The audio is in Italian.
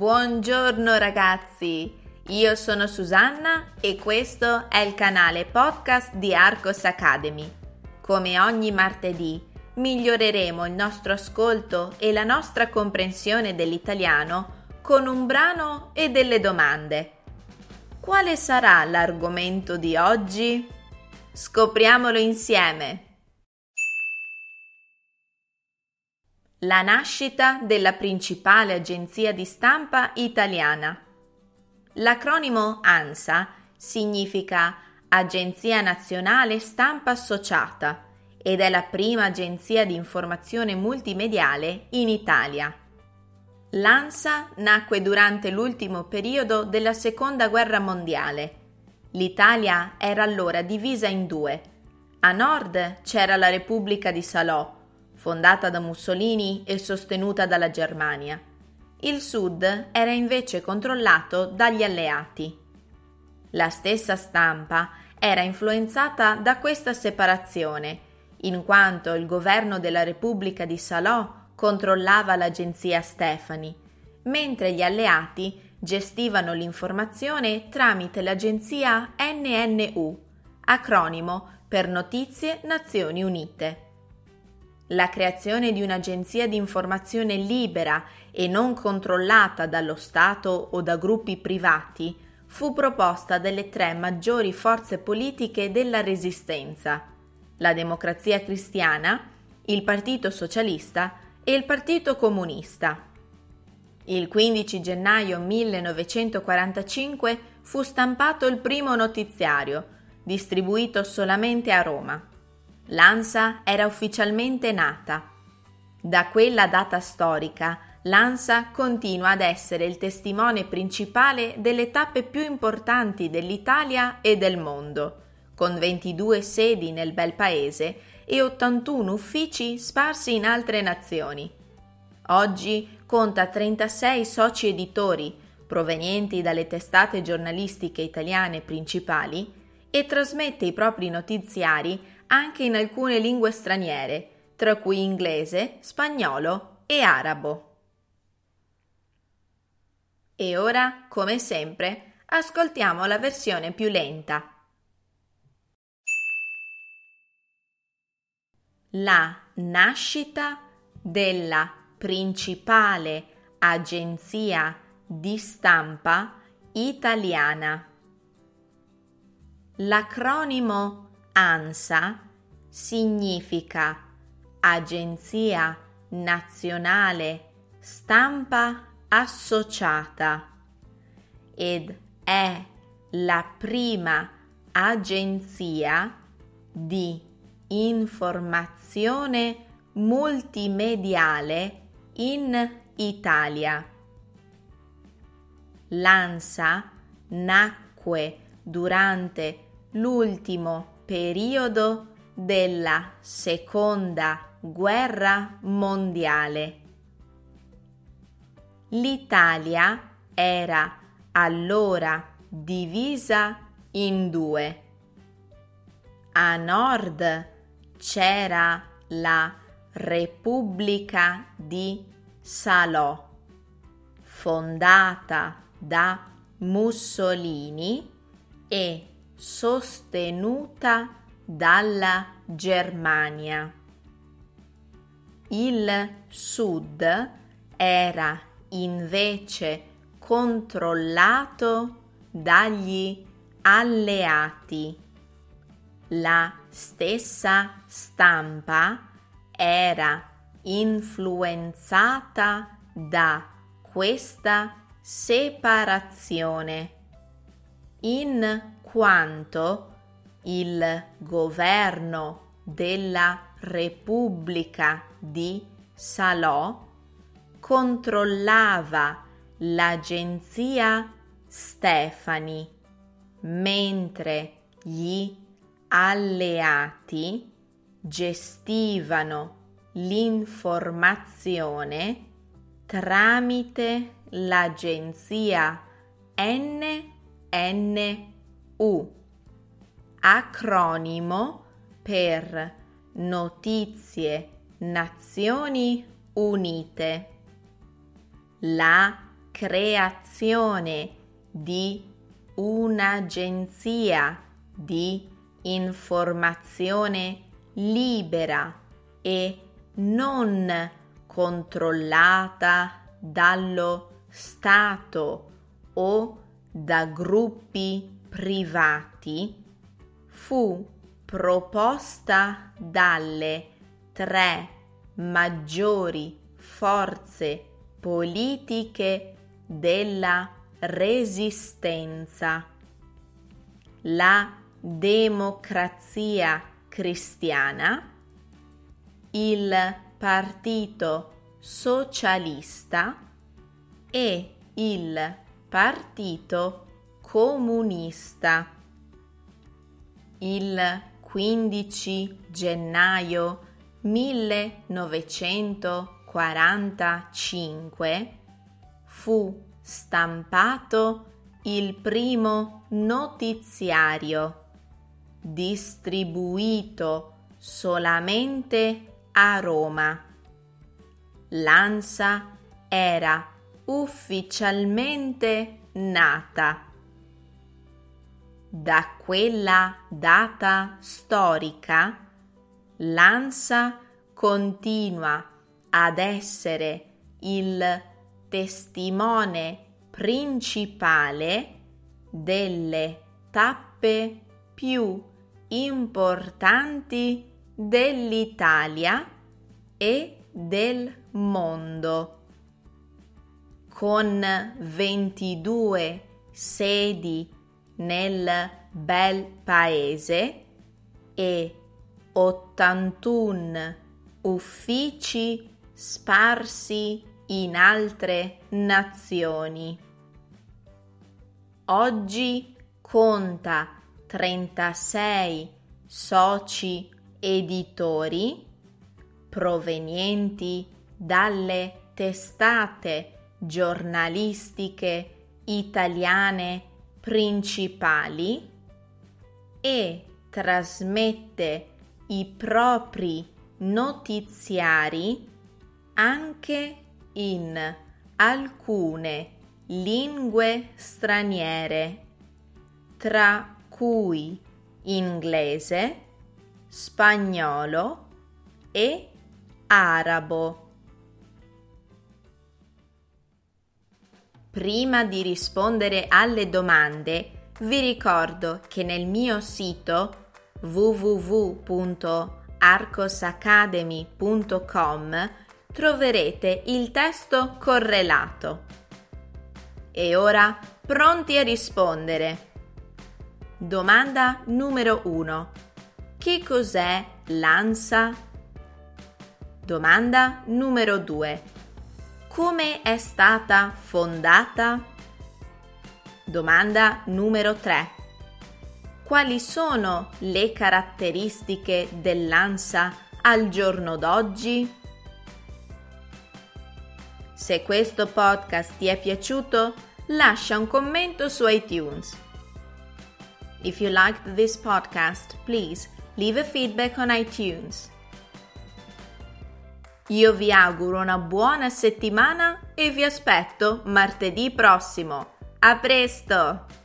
Buongiorno ragazzi, io sono Susanna e questo è il canale podcast di Arcos Academy. Come ogni martedì miglioreremo il nostro ascolto e la nostra comprensione dell'italiano con un brano e delle domande. Quale sarà l'argomento di oggi? Scopriamolo insieme! La nascita della principale agenzia di stampa italiana. L'acronimo ANSA significa Agenzia Nazionale Stampa Associata ed è la prima agenzia di informazione multimediale in Italia. L'ANSA nacque durante l'ultimo periodo della Seconda Guerra Mondiale. L'Italia era allora divisa in due. A nord c'era la Repubblica di Salò, fondata da Mussolini e sostenuta dalla Germania. Il sud era invece controllato dagli alleati. La stessa stampa era influenzata da questa separazione, in quanto il governo della Repubblica di Salò controllava l'agenzia Stefani, mentre gli alleati gestivano l'informazione tramite l'agenzia NNU, acronimo per Notizie Nazioni Unite. La creazione di un'agenzia di informazione libera e non controllata dallo Stato o da gruppi privati fu proposta dalle tre maggiori forze politiche della Resistenza: la Democrazia Cristiana, il Partito Socialista e il Partito Comunista. Il 15 gennaio 1945 fu stampato il primo notiziario, distribuito solamente a Roma. L'ANSA era ufficialmente nata. Da quella data storica, l'ANSA continua ad essere il testimone principale delle tappe più importanti dell'Italia e del mondo, con 22 sedi nel bel paese e 81 uffici sparsi in altre nazioni. Oggi conta 36 soci editori provenienti dalle testate giornalistiche italiane principali e trasmette i propri notiziari anche in alcune lingue straniere, tra cui inglese, spagnolo e arabo. E ora, come sempre, ascoltiamo la versione più lenta. La nascita della principale agenzia di stampa italiana. L'acronimo ANSA significa Agenzia Nazionale Stampa Associata ed è la prima agenzia di informazione multimediale in Italia. L'ANSA nacque durante l'ultimo periodo della Seconda Guerra Mondiale. L'Italia era allora divisa in due. A nord c'era la Repubblica di Salò, fondata da Mussolini e sostenuta dalla Germania. Il sud era invece controllato dagli alleati. La stessa stampa era influenzata da questa separazione, in quanto il governo della Repubblica di Salò controllava l'agenzia Stefani, mentre gli alleati gestivano l'informazione tramite l'agenzia NNU, acronimo per Notizie Nazioni Unite. La creazione di un'agenzia di informazione libera e non controllata dallo Stato o da gruppi privati, fu proposta dalle 3 maggiori forze politiche della Resistenza: la Democrazia Cristiana, il Partito Socialista e il Partito Comunista. Il 15 gennaio 1945 fu stampato il primo notiziario, distribuito solamente a Roma. L'ANSA era ufficialmente nata. Da quella data storica, l'ANSA continua ad essere il testimone principale delle tappe più importanti dell'Italia e del mondo. Con 22 sedi nel bel paese e 81 uffici sparsi in altre nazioni. Oggi conta 36 soci editori provenienti dalle testate giornalistiche italiane principali e trasmette i propri notiziari anche in alcune lingue straniere, tra cui inglese, spagnolo e arabo. Prima di rispondere alle domande, vi ricordo che nel mio sito www.arcosacademy.com troverete il testo correlato. E ora pronti a rispondere. Domanda numero 1. Che cos'è l'ANSA? Domanda numero 2. Come è stata fondata? Domanda numero 3. Quali sono le caratteristiche dell'ANSA al giorno d'oggi? Se questo podcast ti è piaciuto, lascia un commento su iTunes. If you liked this podcast, please leave a feedback on iTunes. Io vi auguro una buona settimana e vi aspetto martedì prossimo. A presto!